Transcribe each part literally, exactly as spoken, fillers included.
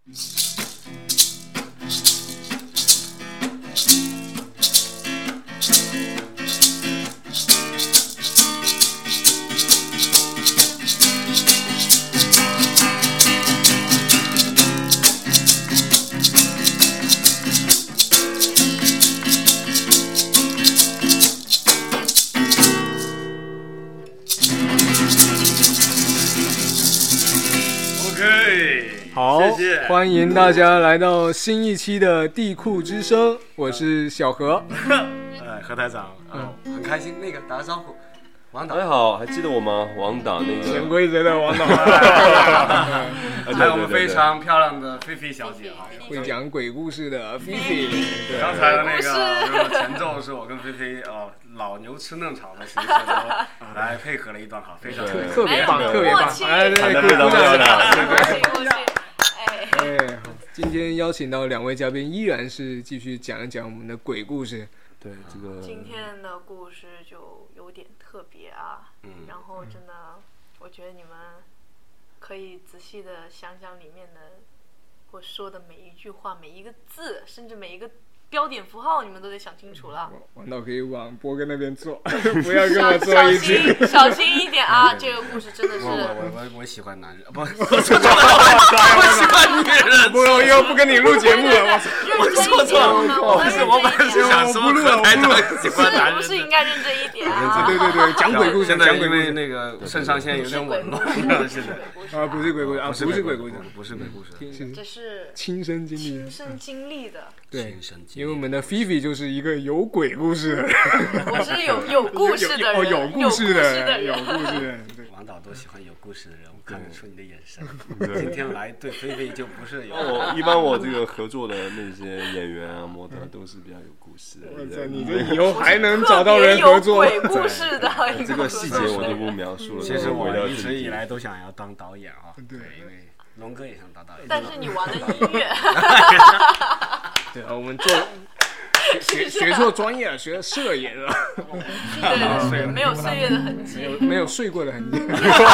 好，谢谢欢迎大家来到新一期的地库之声，我是小何。 呃，何台长，嗯，很开心。那个打个招呼，王导。 你好，还记得我吗？王导那个。 潜规则的王导。 还有我们非常漂亮的菲菲小姐啊， 会讲鬼故事的菲菲。 刚才的那个前奏是我跟菲菲呃老牛吃嫩草的形式，然后来配合了一段，好，非常特别棒，特别棒。 哎，对，非常漂亮。哎，今天邀请到两位嘉宾，依然是继续讲一讲我们的鬼故事。 对，这个今天的故事就有点特别啊，嗯，然后真的，我觉得你们可以仔细的想想里面的我说的每一句话、每一个字，甚至每一个标点符号，你们都得想清楚了。 王导可以往波哥那边坐，不要跟我坐一起。 小心，小心一点啊！这个故事真的是。 我我我我喜欢男人，不，我错错了，我喜欢女人。 不，我又不跟你录节目了，我我错错了，我不是，我本来是想说何台长喜欢男人， 不是应该认真一点啊？ 对对对，讲鬼故事， 现在因为那个肾上腺有点紊乱，现在啊，不是鬼故事啊，不是鬼故事， 不是鬼故事， 这是亲身经历， 亲身经历的。 对，因为我们的菲菲就是一个有鬼故事的人， 我是有有故事的人， 哦，有故事的，有故事的人。 王导都喜欢有故事的人，我看得出你的眼神。今天来对菲菲就不是有。 我一般我这个合作的那些演员啊、模特都是比较有故事的。 哇塞，你这以后还能找到人合作？ 有鬼故事的， 这个细节我就不描述了。 其实我一直以来都想要当导演啊， 对， 因为龙哥也想当导演。 但是你玩的音乐。 对啊，我们做学学错专业了，学摄影了。 对对，没有岁月的痕迹， 没有没有睡过的痕迹。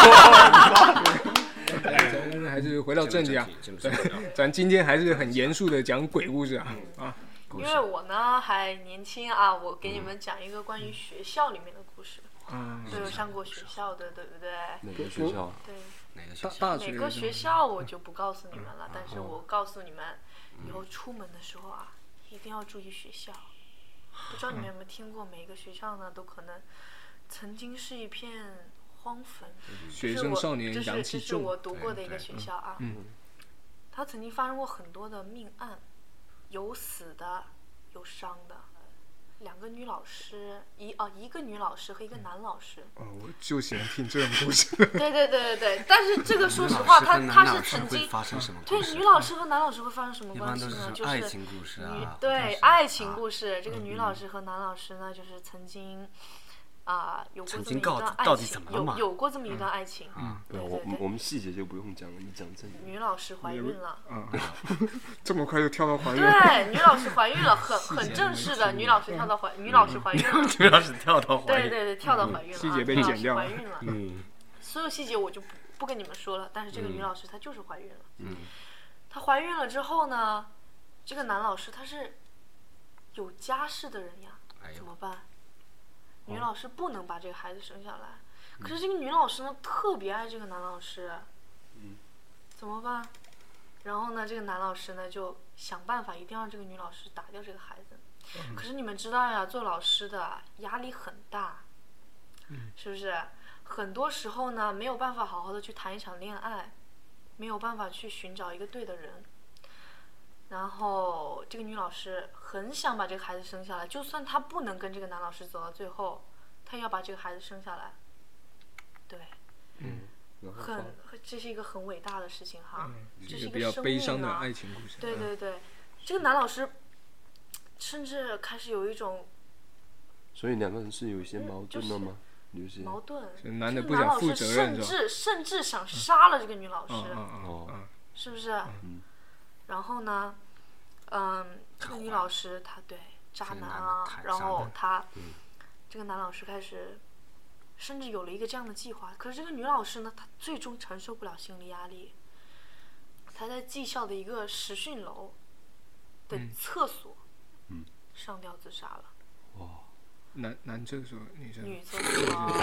还是回到正题啊，对，咱今天还是很严肃的讲鬼故事啊啊。 因为我呢还年轻啊，我给你们讲一个关于学校里面的故事。嗯，都有上过学校的，对不对？ 哪个学校？ 对， 哪个学校？ 哪个学校我就不告诉你们了，但是我告诉你们。以后出门的时候啊，一定要注意学校。不知道你们有没有听过，每个学校呢都可能曾经是一片荒坟。 学生少年阳气重。 这是我读过的一个学校啊。嗯。它曾经发生过很多的命案，有死的，有伤的。两个女老师，一哦一个女老师和一个男老师。 哦，我就喜欢听这种故事。 对对对对对，但是这个说实话，他他是曾经发生什么？ 对，女老师和男老师会发生什么关系呢？就是爱情故事啊。 对，爱情故事。这个女老师和男老师呢，就是曾经啊有过这么一段爱情，有有过这么一段爱情。 嗯，对我我们细节就不用讲了，你讲真的。 女老师怀孕了。 啊，这么快就跳到怀孕？ 对，女老师怀孕了，很很正式的，女老师跳到怀，女老师怀孕了。 女老师跳到怀孕。 对对对，跳到怀孕了。 细节被剪掉了。怀孕了。嗯。所有细节我就不不跟你们说了，但是这个女老师她就是怀孕了。嗯。她怀孕了之后呢，这个男老师他是有家室的人呀，怎么办？女老师不能把这个孩子生下来，可是这个女老师呢特别爱这个男老师，嗯，怎么办？然后呢，这个男老师呢就想办法，一定要让这个女老师打掉这个孩子。嗯、可是你们知道呀，做老师的压力很大，嗯、是不是？很多时候呢，没有办法好好的去谈一场恋爱，没有办法去寻找一个对的人。然后这个女老师很想把这个孩子生下来，就算她不能跟这个男老师走到最后，她也要把这个孩子生下来。对，嗯，很，这是一个很伟大的事情哈，嗯、这是一个比较悲伤的爱情故事。 对对对，这个男老师甚至开始有一种， 所以两个人是有一些矛盾的吗？ 有些矛盾。 男的不想负责任， 甚至甚至想杀了这个女老师， 哦、 是不是？嗯。然后呢，嗯，这个女老师她对渣男啊，然后她，嗯、这个男老师开始，甚至有了一个这样的计划。可是这个女老师呢，她最终承受不了心理压力， 他在技校的一个实训楼的厕所嗯上吊自杀了。 哇， 男男厕所，女厕所。 女厕所，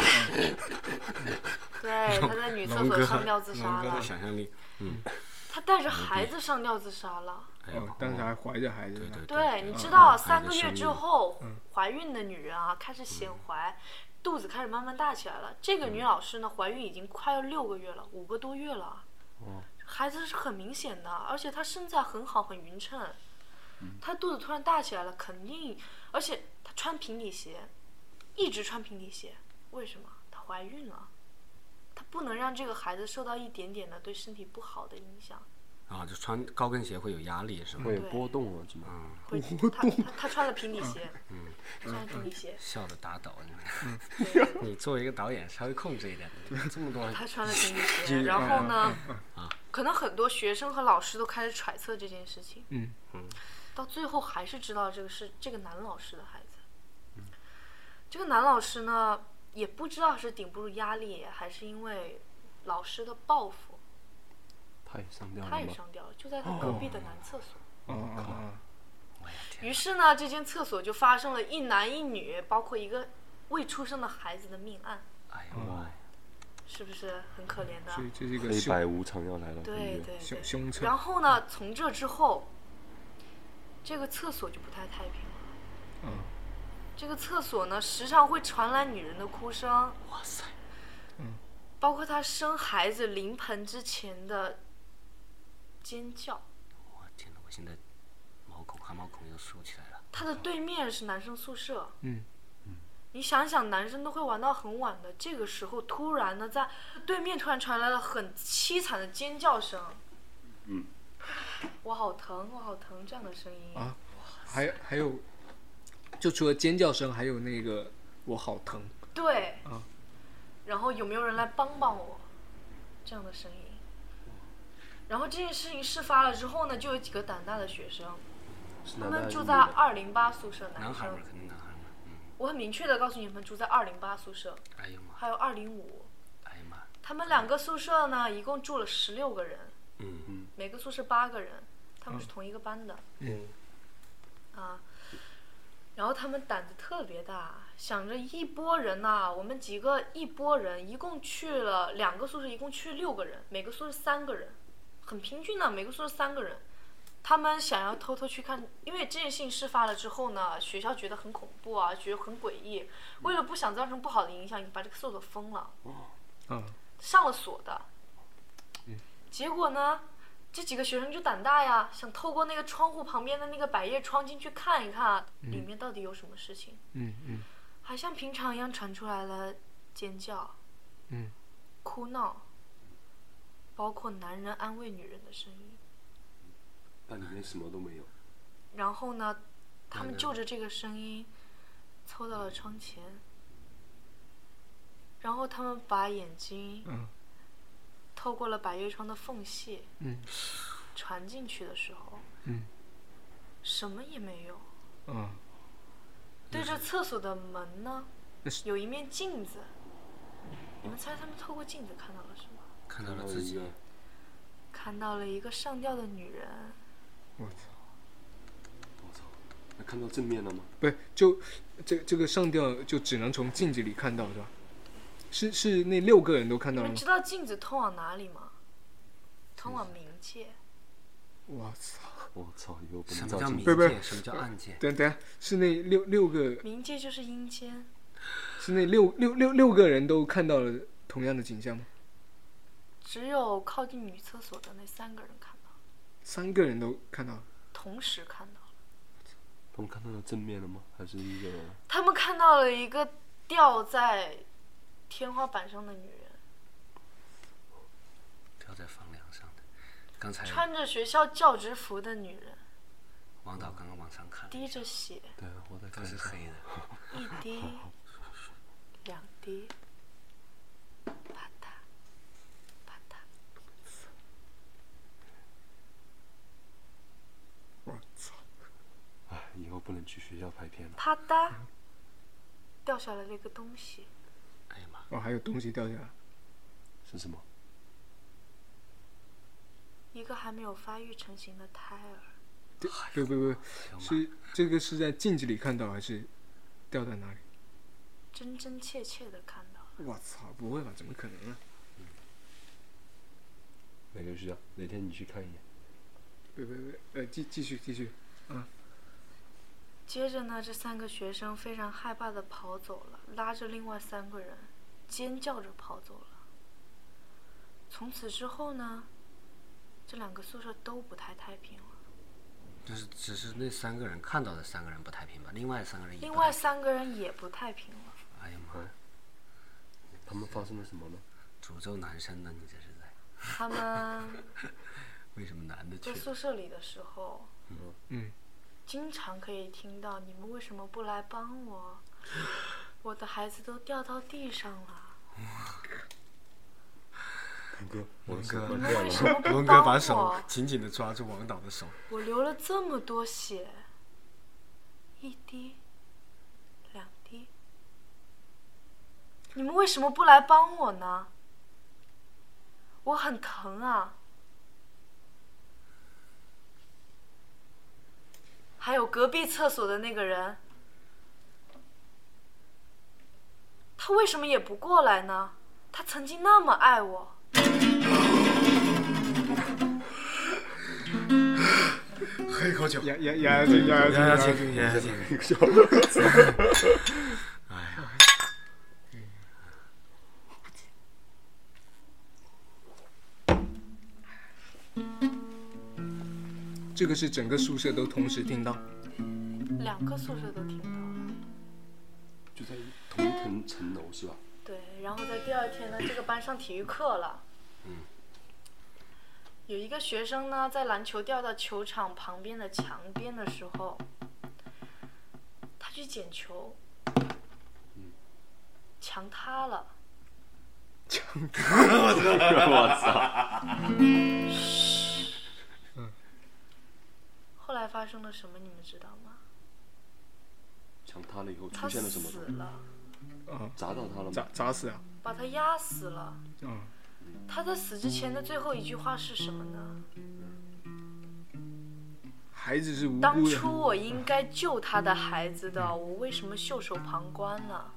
对，他在女厕所上吊自杀了龙哥的。想象力，嗯， 他带着孩子上吊自杀了。 哦，当时还怀着孩子呢。 对对，你知嗯道嗯三个月之后嗯怀孕的女人啊，开始显怀，肚子开始慢慢大起来了。这个女老师呢，怀孕已经快要六个月了，五个多月了。 哦， 孩子是很明显的，而且她身材很好，很匀称。她肚子突然大起来了，肯定，而且她穿平底鞋，一直穿平底鞋，为什么？她怀孕了，她不能让这个孩子受到一点点的对身体不好的影响。 啊，就穿高跟鞋会有压力是吗？ 会有波动啊，怎么？ 嗯， 会，她她她穿了平底鞋， 嗯， 她穿了平底鞋， 笑得打倒你。 对， 你作为一个导演，稍微控制一点，这么多她穿了平底鞋，然后呢，可能很多学生和老师都开始揣测这件事情， 嗯嗯， 到最后还是知道这个是这个男老师的孩子。这个男老师呢，也不知道是顶不住压力，还是因为老师的报复， 他也上吊了他也吗？ 上吊了，就在他隔壁的男厕所。 哦哦哦， 我的天， 于是呢，这间厕所就发生了一男一女，包括一个未出生的孩子的命案， 哎呀妈呀！ 是不是很可怜的？ 所以这是一个黑凶白无常要来了， 对感觉对对。 凶凶策。 然后呢，从这之后，这个厕所就不太太平了。 嗯这个厕所呢，时常会传来女人的哭声， 哇塞， 包括她生孩子临盆之前的尖叫。 我天哪！我现在毛孔汗毛孔又竖起来了。 它的对面是男生宿舍。 嗯你想想，男生都会玩到很晚的，这个时候突然呢，在对面突然传来了很凄惨的尖叫声。 嗯， 我好疼，我好疼，这样的声音。 啊，还有还有，就除了尖叫声，还有那个我好疼。 对。 啊然后有没有人来帮帮我？这样的声音。然后这件事情事发了之后呢，就有几个胆大的学生，他是男的还们住在是女的？ 二零八宿舍，男生男孩们。肯定男孩们，嗯， 我很明确的告诉你们，住在二零八宿舍， 哎呀妈， 还有二零五。 哎呀妈， 他们两个宿舍呢，一共住了十六个人， 嗯嗯每个宿舍八个人，他们是同一个班的。 嗯， 啊，然后他们胆子特别大，想着一拨人呐、我们几个一拨人，一共去了两个宿舍，一共去六个人，每个宿舍三个人，很平均的，每个宿舍三个人。他们想要偷偷去看，因为这件事情事发了之后呢，学校觉得很恐怖啊，觉得很诡异，为了不想造成不好的影响，把这个厕所封了， 嗯上了锁的。结果呢，这几个学生就胆大呀，想透过那个窗户旁边的那个百叶窗进去看一看，里面到底有什么事情。 嗯嗯还像平常一样传出来了尖叫、 嗯哭闹，包括男人安慰女人的声音。 但里面什么都没有。 然后呢，他们就着这个声音凑到了窗前，然后他们把眼睛嗯透过了百叶窗的缝隙嗯传进去的时候， 嗯什么也没有。 嗯， 对着厕所的门呢那是， 有一面镜子。你们猜他们透过镜子看到了什么？ 看到了自己， 看到了一个上吊的女人。 我操！ 我操，那看到正面了吗？ 不是，就这这个上吊就只能从镜子里看到是吧？是是那六个人都看到了吗你们知？道镜子通往哪里吗？通往冥界。 我操！ 我操，以后不什么叫冥能照镜子。 不是不是界？什么叫暗界？ 等等下，是那六六个， 冥界就是阴间。 是那六六六六个人都看到了同样的景象吗？ 只有靠近女厕所的那三个人看到， 三个人都看到了。 同时看到了。 他们看到了正面了吗？还是一个？ 他们看到了一个吊在天花板上的女人， 吊在房梁上的。刚才穿着学校教职服的女人， 王导刚刚往上看， 滴着血， 对，我在都看。 是黑的。 一滴，两滴，啪嗒，啪嗒。 我操！ 哎，以后不能去学校拍片了。 啪嗒，掉下来了一个东西， 哎呀妈， 哦，还有东西掉下来。 是什么？ 一个还没有发育成型的胎儿。 对，不不不，是这个是在镜子里看到还是掉在哪里？ 真真切切的看到。 我操，不会吧？怎么可能啊？ 哪个需要？哪天你去看一眼。 不不不，呃，继继续继续，啊。 接着呢，这三个学生非常害怕的跑走了，拉着另外三个人，尖叫着跑走了。从此之后呢，这两个宿舍都不太太平了。 就是只是那三个人看到的三个人不太平吧，另外三个人也不太平。 另外三个人也不太平了。 哎呀妈呀！ 他们发生了什么呢？ 诅咒男生呢？你这是在？ 他们为什么男的去在宿舍里的时候， 嗯， 经常可以听到你们为什么不来帮我？我的孩子都掉到地上了。 文哥， 文哥， 你们为什么不文哥把帮手我？ 紧紧地抓住王导的手。 我流了这么多血，一滴，两滴，你们为什么不来帮我呢？我很疼啊。还有隔壁厕所的那个人，他为什么也不过来呢？他曾经那么爱我。 喝一口酒。 压压压惊压压压惊惊压压惊。哎呀。 这个是整个宿舍都同时听到。 两个宿舍都听到了。 就在同一层层楼是吧？ 对，然后在第二天呢，这个班上体育课了。 嗯。 有一个学生呢，在篮球掉到球场旁边的墙边的时候，他去捡球， 嗯， 墙塌了。 墙塌了！我操！ 嗯。 后来发生了什么，你们知道吗？ 墙塌了以后出他现了什么？ 死了。 啊！ 砸到他了吗？ 砸砸死啊！ 把他压死了。 嗯。 他在死之前的最后一句话是什么呢？ 孩子是无辜的。 当初我应该救他的孩子的，我为什么袖手旁观呢？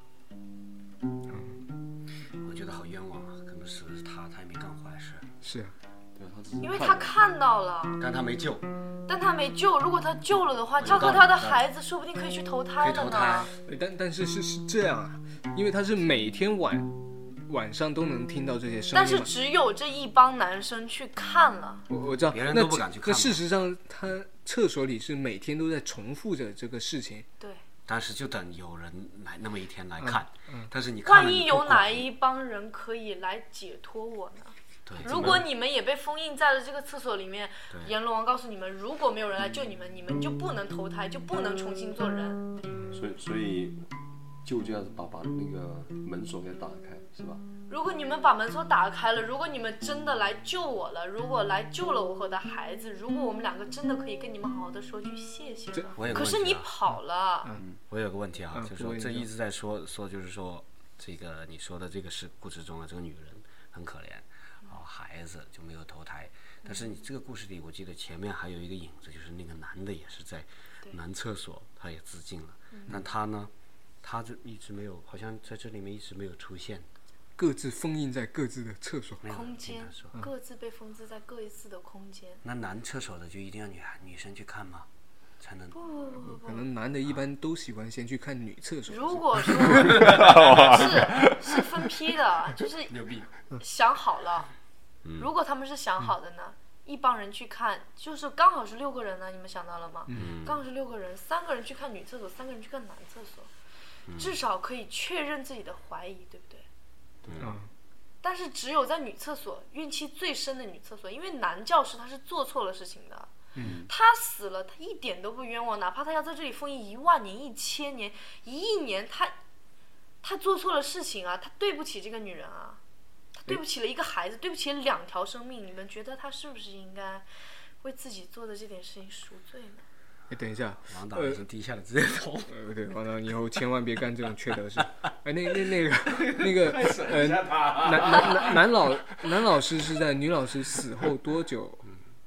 我觉得好冤枉啊！可能是他，他也没干坏事。 是啊。 对，他只是因为他看到了， 但他没救。 但他没救。如果他救了的话，他和他的孩子说不定可以去投胎了呢。 但但是是是这样啊，因为他是每天晚晚上都能听到这些声音。 但是只有这一帮男生去看了。 我我知道， 别人都不敢去看。 那事实上，他厕所里是每天都在重复着这个事情。 对。 但是就等有人来那么一天来看， 嗯嗯、 但是你看了万一有哪一帮人可以来解脱我呢？如果你们也被封印在了这个厕所里面，阎罗王告诉你们，如果没有人来救你们，你们就不能投胎，就不能重新做人。 所以，所以就这样子把把那个门锁给打开，是吧？ 如果你们把门锁打开了，如果你们真的来救我了，如果来救了我和我的孩子，如果我们两个真的可以跟你们好好的说句谢谢了， 啊、 可是你跑了。 嗯，我有个问题啊， 嗯、 就是说这一直在说说，就是说这个你说的这个是故事中的这个女人很可怜。孩子就没有投胎，但是你这个故事里，我记得前面还有一个影子，就是那个男的也是在男厕所，他也自尽了，但他呢，他就一直没有，好像在这里面一直没有出现， 各自封印在各自的厕所空间，各自被封置在各自的空间。 那男厕所的就一定要女女生去看吗？才能不不不不， 可能男的一般都喜欢先去看女厕所。 如果说是是分批的，就是想好了。如果他们是想好的呢，嗯、一帮人去看，就是刚好是六个人呢，你们想到了吗？ 嗯、 刚好是六个人，三个人去看女厕所，三个人去看男厕所，嗯、至少可以确认自己的怀疑，对不对？ 对啊。 但是只有在女厕所，怨气最深的女厕所，因为男教师他是做错了事情的， 嗯、 他死了，他一点都不冤枉，哪怕他要在这里封印一万年、一千年、一亿年，他他做错了事情啊，他对不起这个女人啊。对不起了一个孩子，对不起了两条生命，你们觉得他是不是应该为自己做的这点事情赎罪呢？ 哎，等一下， 王导已经低下了自己的头。 呃，对，王导以后千万别干这种缺德事。哎，那那那个那个呃，男男男男老男老师是在女老师死后多久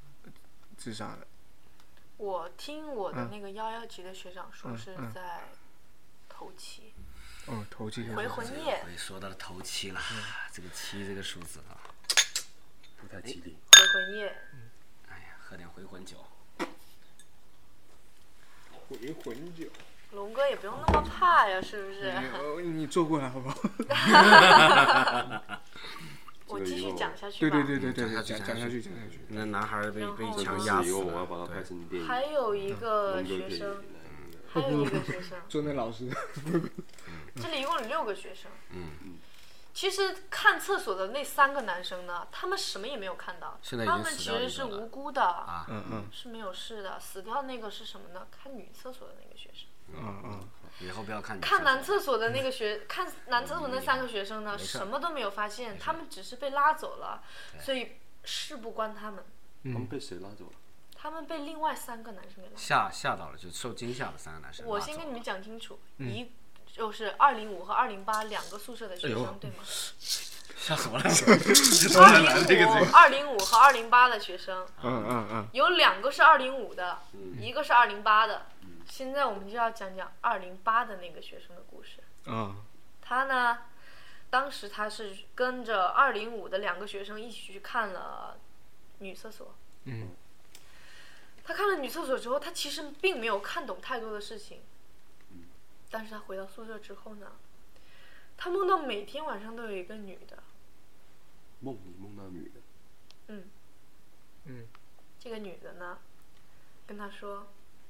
自杀的？ 我听我的嗯那个幺幺级的学长说嗯是嗯在头七， 哦，头七回魂夜， 我说到了头七了，这个七这个数字啊， 不太吉利。 回魂夜。 哎呀，喝点回魂酒。 回魂酒。 龙哥也不用那么怕呀，是不是？ 你你坐过来好不好？ 我继续讲下去对吧。 对对对对， 讲下去讲讲下去讲下去。 那男孩被被然后枪压死以后我要了， 把它拍成电影。 还有一个龙哥可以学生， 来还有一个学生， 做那老师。 这里一共有六个学生。 嗯， 其实看厕所的那三个男生呢，他们什么也没有看到， 现在已经死他们其掉一个了实是无辜的， 啊， 嗯嗯是没有事的。死掉那个是什么呢？看女厕所的那个学生。 嗯嗯。 以后不要看女看男厕厕所的那个学，看男厕所那三个学生呢， 没事什么都没有发现，他们只是被拉走了，所以事不关他们。 他们被谁拉走了？ 他们被另外三个男生给拉走。 吓吓到了，就受惊吓的三个男生。 我先跟你们讲清楚，一就是二零五和二零八两个宿舍的学生，对吗？ 吓死我了！ 二零五、二零五和二零八的学生， 嗯嗯嗯。 有两个是二零五的，一个是二零八的。现在我们就要讲讲二零八的那个学生的故事。 啊。 他呢，当时他是跟着二零五的两个学生一起去看了女厕所。 嗯。 他看了女厕所之后，他其实并没有看懂太多的事情。但是他回到宿舍之后呢，他梦到每天晚上都有一个女的。 梦里梦到女的。 嗯。 嗯。 这个女的呢，跟他说：“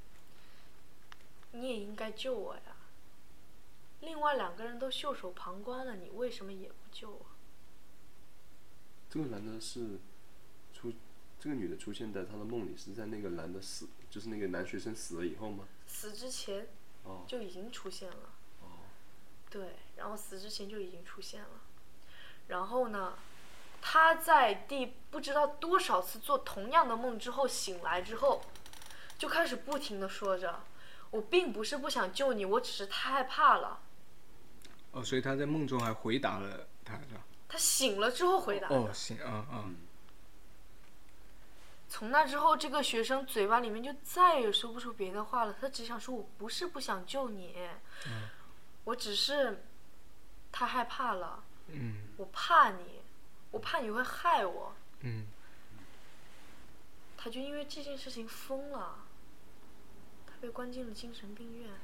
你也应该救我呀。另外两个人都袖手旁观了，你为什么也不救我？” 这个男的是出，这个女的出现在他的梦里，是在那个男的死，就是那个男学生死了以后吗？ 死之前就已经出现了。 哦。 对，然后死之前就已经出现了。然后呢，他在第不知道多少次做同样的梦之后醒来之后，就开始不停地说着：“我并不是不想救你，我只是太害怕了。” 哦，所以他在梦中还回答了他，是吧？ 他醒了之后回答的。 哦，行啊啊。 从那之后，这个学生嘴巴里面就再也说不出别的话了，他只想说：“我不是不想救你， 嗯、 我只是太害怕了。 嗯， 我怕你，我怕你会害我。” 嗯。 他就因为这件事情疯了，他被关进了精神病院。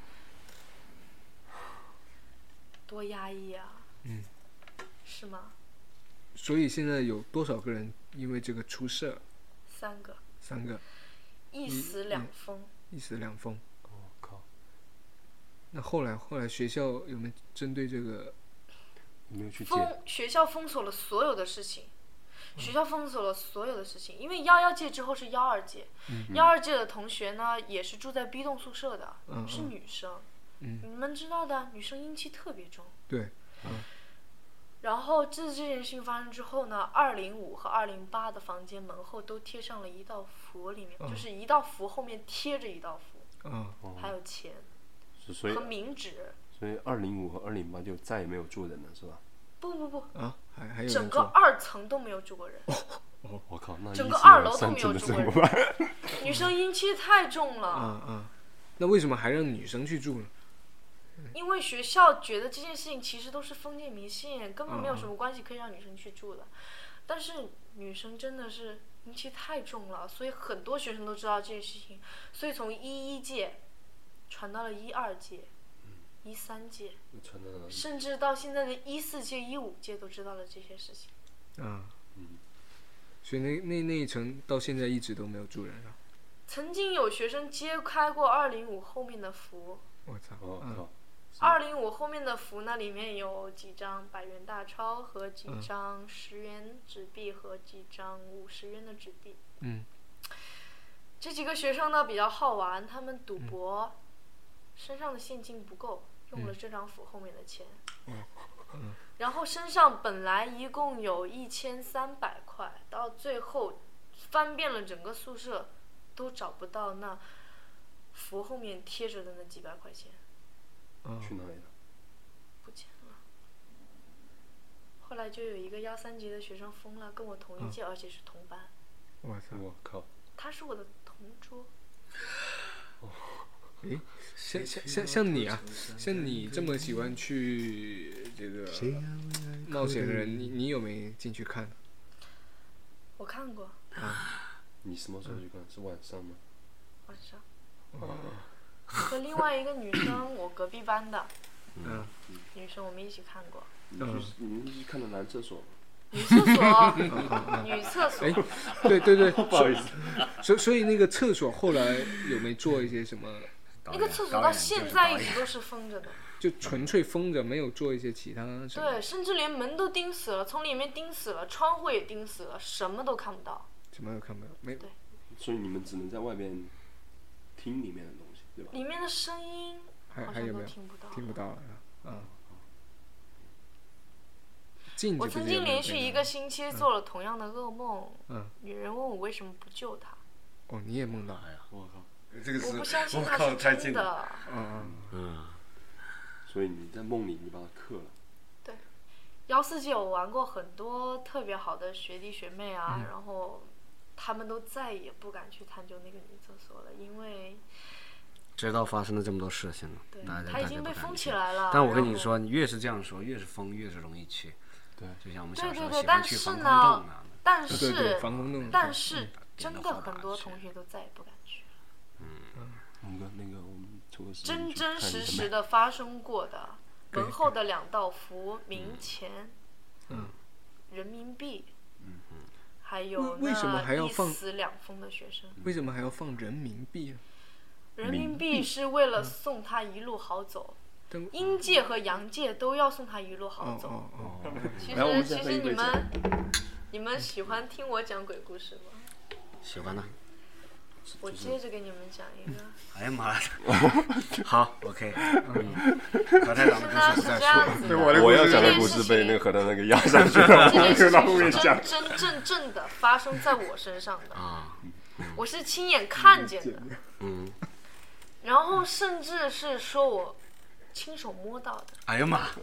多压抑啊！ 嗯。 是吗？ 所以现在有多少个人因为这个出事？ 三个。 三个。 一死两疯。 一死两疯。 哦靠！ 那后来后来学校有没有针对这个？ 有没有去封学校封锁了所有的事情，嗯、学校封锁了所有的事情，因为幺幺届之后是幺二届，幺二届的同学呢也是住在 B 栋宿舍的， 嗯、 是女生。 嗯。 你们知道的，女生阴气特别重。 对。嗯。 然后自这件事情发生之后呢，二零五和二零八的房间门后都贴上了一道符，里面、嗯、就是一道符后面贴着一道符， 嗯， 还有钱和冥纸。 所以二零五和二零八就再也没有住人了，是吧？ 不不不啊，还还有整个二层都没有住过人。 哦哦， 我靠，那整个二楼都没有住过人。 人女生阴气太重了。 啊啊，那为什么还让女生去住呢？ 因为学校觉得这件事情其实都是封建迷信，根本没有什么关系可以让女生去住的。嗯、但是女生真的是阴气太重了，所以很多学生都知道这件事情，所以从一一届传到了一二届、一三届，甚至到现在的一四届、一五届都知道了这些事情。 啊，嗯，所以那那那一层到现在一直都没有住人啊。 曾经有学生揭开过二零五后面的符。 我操！ 我靠！ 嗯二零五后面的符呢，里面有几张百元大钞和几张十元纸币和几张五十元的纸币。 嗯。 这几个学生呢比较好玩，他们赌博，嗯、身上的现金不够，用了这张符后面的钱。 嗯。嗯。 然后身上本来一共有一千三百块，到最后翻遍了整个宿舍，都找不到那符后面贴着的那几百块钱。 去哪里了？ 不见了。后来就有一个幺三级的学生疯了，跟我同一届，嗯、而且是同班。 我操！ 我靠！ 他是我的同桌。 诶，像像像像你啊，像你这么喜欢去这个冒险的人，你你有没进去看？ 我看过。 啊， 你什么时候去看？是晚上吗？ 晚上。 哦， 和另外一个女生，我隔壁班的嗯女生，我们一起看过。 你去你们去看的男厕所吗？ 女厕所，女厕所。 哎，对对对， 不好意思， 所以所以那个厕所后来有没做一些什么？ 那个厕所到现在一直都是封着的。 就纯粹封着，没有做一些其他什么？ 对，甚至连门都钉死了，从里面钉死了，窗户也钉死了，什么都看不到。 什么都看不到，没。 对。 所以你们只能在外边听里面的东西，对吧？ 里面的声音好像都还还有没有听不到。 听不到了啊。进我曾经连续一个星期做了同样的噩梦。 嗯。 女人问我为什么不救她。 哦，你也梦到？ 哎呀， 我靠！ 这个是我不相信我靠， 它是太近真的了。。 嗯嗯。 嗯。 所以你在梦里你把它刻了。 对，幺四级我玩过很多特别好的学弟学妹啊， 嗯、 然后他们都再也不敢去探究那个女厕所了，因为知道发生了这么多事情了， 对， 大家它已经被封起来来了。 但我跟你说，你越是这样说，越是封，越是容易去。 对， 就像我们小时候对对对， 喜欢但是去防空洞呢那样的。 但是对对防空洞但是嗯真的很多同学都再也不敢去了。 嗯。 那个那个，我们抽个时间真去看真实你的实的发生过的，门后的两道符，冥钱， 嗯， 人民币， 嗯嗯， 还有为什么还要放一死两封的学生？ 为什么还要放人民币呢？ 人民币是为了送他一路好走。 但阴界和阳界都要送他一路好走。 哦哦哦。 其来我们实其再喝一杯实你们你们喜欢听我讲鬼故事吗？ 喜欢呢。 我接着给你们讲一个。 哎呀妈的！好 ，OK， 嗯，何太郎的故事不再说。 对，我的我要讲的故事被那个何太那个压上去了， 这件事让后面情讲是真真正正的发生在我身上的， 啊， 我是亲眼看见的， 嗯， 然后甚至是说我亲手摸到的。 哎呀妈！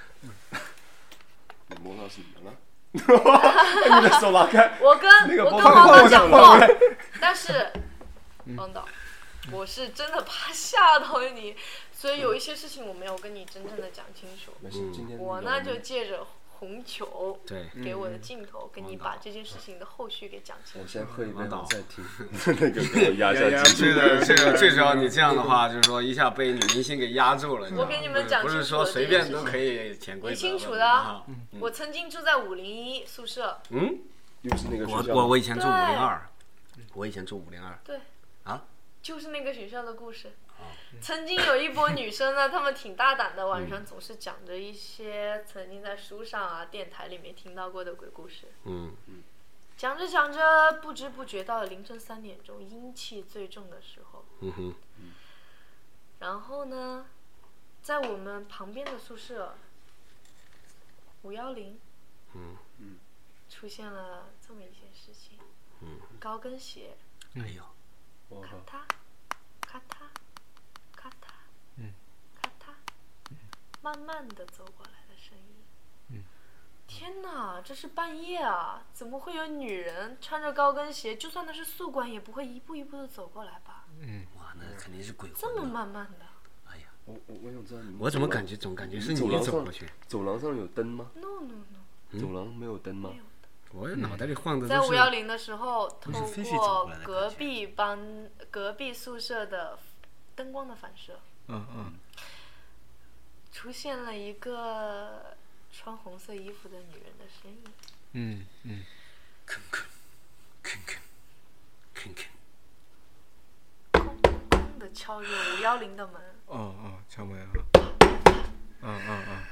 你摸到什么了？你的手拿开。 我跟那个我跟帮汪导讲过， 帮但是汪导，我是真的怕吓到你，所以有一些事情我没有跟你真正的讲清楚。 没事，今天我呢就借着红球对给我的镜头，跟你把这件事情的后续给讲清楚。 我先喝一杯， 导我再听。那个给我压下去。 这个这个最主要，你这样的话，就是说一下被女明星给压住了。 我给你们讲不清楚是说随便都可以潜规你则。 清楚的，我曾经住在五零一宿舍。 嗯， 又是那个学校。 我我我以前住五零二，我以前住五零二。 对。 啊？ 就是那个学校的故事。曾经有一波女生呢，她们挺大胆的，晚上总是讲着一些曾经在书上啊、电台里面听到过的鬼故事。 嗯嗯。 讲着讲着，不知不觉到了凌晨三点钟，阴气最重的时候。 嗯哼。 然后呢，在我们旁边的宿舍，五幺零， 嗯嗯， 出现了这么一件事情。 嗯。 高跟鞋。 哎呦。 咔嗒，咔嗒，咔嗒， 嗯， 咔嗒，慢慢的走过来的声音。 嗯， 天哪，这是半夜啊！怎么会有女人穿着高跟鞋？就算她是宿管，也不会一步一步的走过来吧？ 嗯， 哇，那肯定是鬼魂。 这么慢慢的。 哎呀， 我我我想知道你。 我怎么感觉总感觉是你走过去？ 走廊上有灯吗 ？No no no。 走廊没有灯吗？ 没有的。 我脑袋里晃的在五幺零的时候，透过的隔壁班、隔壁宿舍的灯光的反射， 嗯嗯， 出现了一个穿红色衣服的女人的身影。 嗯嗯。 吭吭吭吭吭吭。 空空的敲着五幺零的门。 哦哦，敲门啊！嗯嗯嗯。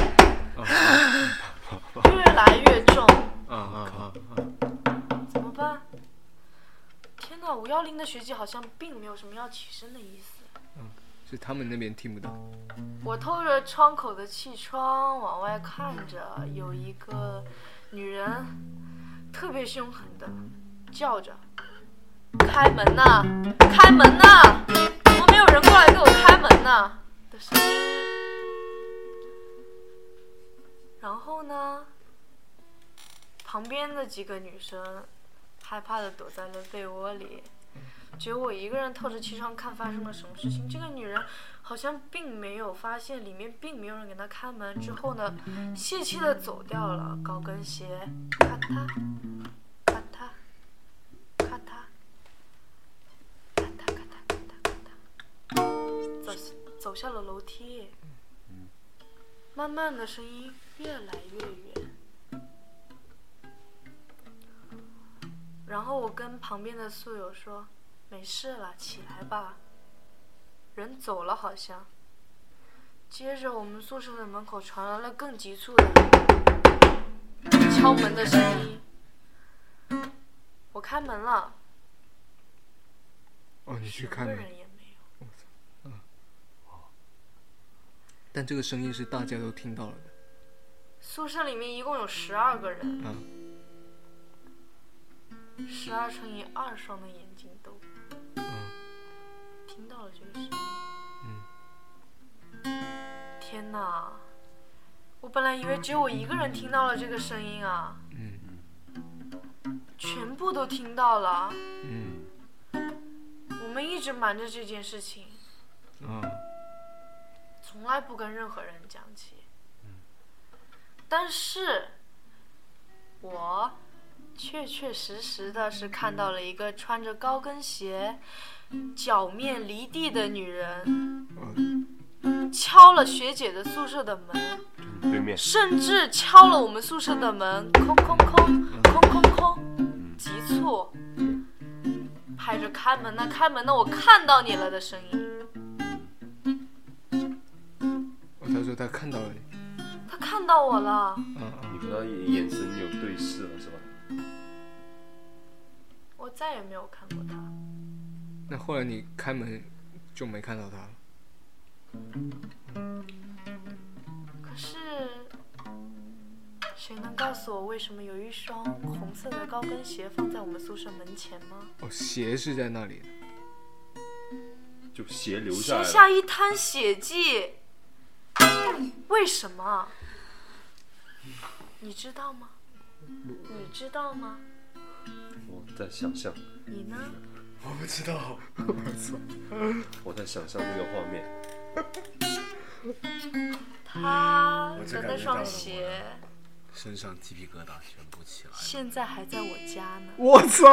越来越重。 啊啊啊啊！ 怎么办？天哪，五幺零的学姐好像并没有什么要起身的意思。 嗯，是他们那边听不到。 我透着窗口的气窗往外看着，有一个女人特别凶狠的叫着：“开门呐，开门呐！怎么没有人过来给我开门呐？”的声音。然后呢？旁边的几个女生害怕的躲在了被窝里。只有我一个人透着气窗看发生了什么事情。这个女人好像并没有发现里面并没有人给她开门，之后呢泄气的走掉了。高跟鞋咔嗒咔嗒咔嗒咔嗒咔嗒咔嗒咔嗒，走走下了楼梯。慢慢的声音越来越远，然后我跟旁边的宿友说，没事了，起来吧。人走了好像。接着我们宿舍的门口传来了更急促的敲门的声音。我开门了。 哦，你去开门。 什么人也没有。 我操，嗯，但这个声音是大家都听到了的。 宿舍里面一共有十二个人。 啊。 十二乘以二双的眼睛都， 嗯， 听到了这个声音。 嗯。 天哪！我本来以为只有我一个人听到了这个声音啊。 嗯。 全部都听到了。 嗯。 我们一直瞒着这件事情。 啊。 从来不跟任何人讲起。嗯。但是，我。确确实实的是看到了一个穿着高跟鞋、脚面离地的女人，敲了学姐的宿舍的门， 对面， 甚至敲了我们宿舍的门，空空空空空空，急促，拍着开门呢，开门呢，我看到你了的声音。 他说他看到了你， 他看到我了。 你和他眼神有对视了是吧？ 我再也没有看过他。 那后来你开门就没看到他了。 可是，谁能告诉我为什么有一双红色的高跟鞋放在我们宿舍门前吗？ 哦，鞋是在那里的。 就鞋留下来了。 鞋下一滩血迹，为什么？你知道吗？你知道吗？ 我在想象。 你呢？ 我不知道。我操！ 我在想象这个画面。 他的那双鞋， 身上鸡皮疙瘩全部起来了。 现在还在我家呢。 我操！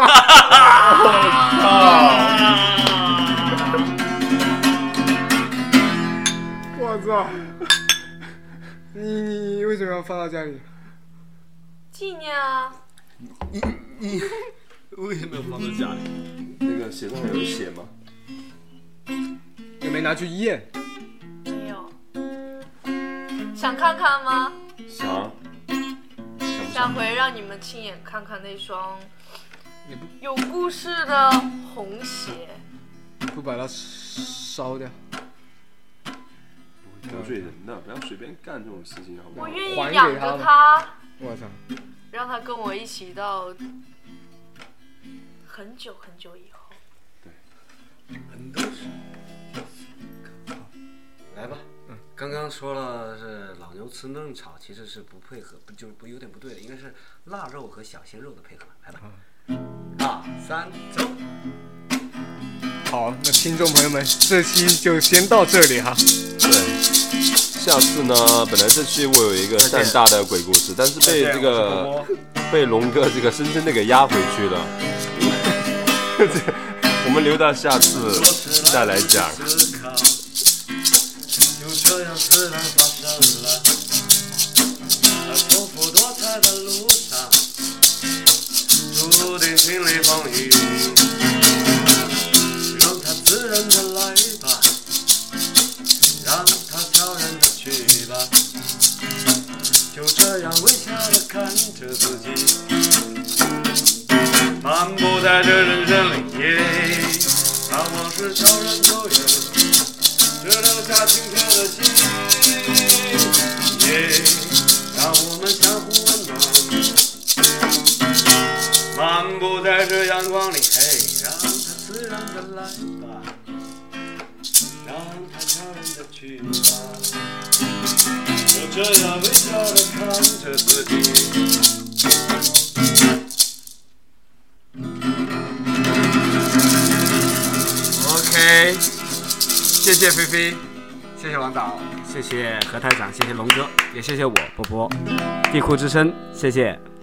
我操！你你你为什么要放到家里？ 纪念啊。 你你为什么要放在家里？ 那个鞋上有血吗？ 有没拿去验？ 没有。想看看吗？ 想。 下回让你们亲眼看看那双有故事的红鞋。 不把它烧掉。 得罪人的，不要随便干这种事情，好不好？ 我愿意养着它。 我操！ 让他跟我一起到很久很久以后。 对。 很多事。来吧，嗯，刚刚说了是老牛吃嫩草，其实是不配合，不就不有点不对的，应该是腊肉和小鲜肉的配合。来吧，二三走。 好，那听众朋友们，这期就先到这里哈。 对，下次呢，本来这期我有一个蛋大的鬼故事，但是被这个被龙哥这个深深的给压回去了。我们留到下次再来讲。就这样自然发生了，在丰富多彩的路上，注定经历风雨。让它自然的来吧，让它悄然的去吧，就这样微笑的看着自己，漫步在这人生里，让往事悄然走远，只留下清澈的心，让我们相互温暖，漫步在这阳光里，嘿，让它自然的来吧，让它悄然的去吧，就这样微笑的看着自己。 飞，谢谢菲菲，谢谢王导， 谢谢何台长，谢谢龙哥，也谢谢我波波，地库之声，谢谢。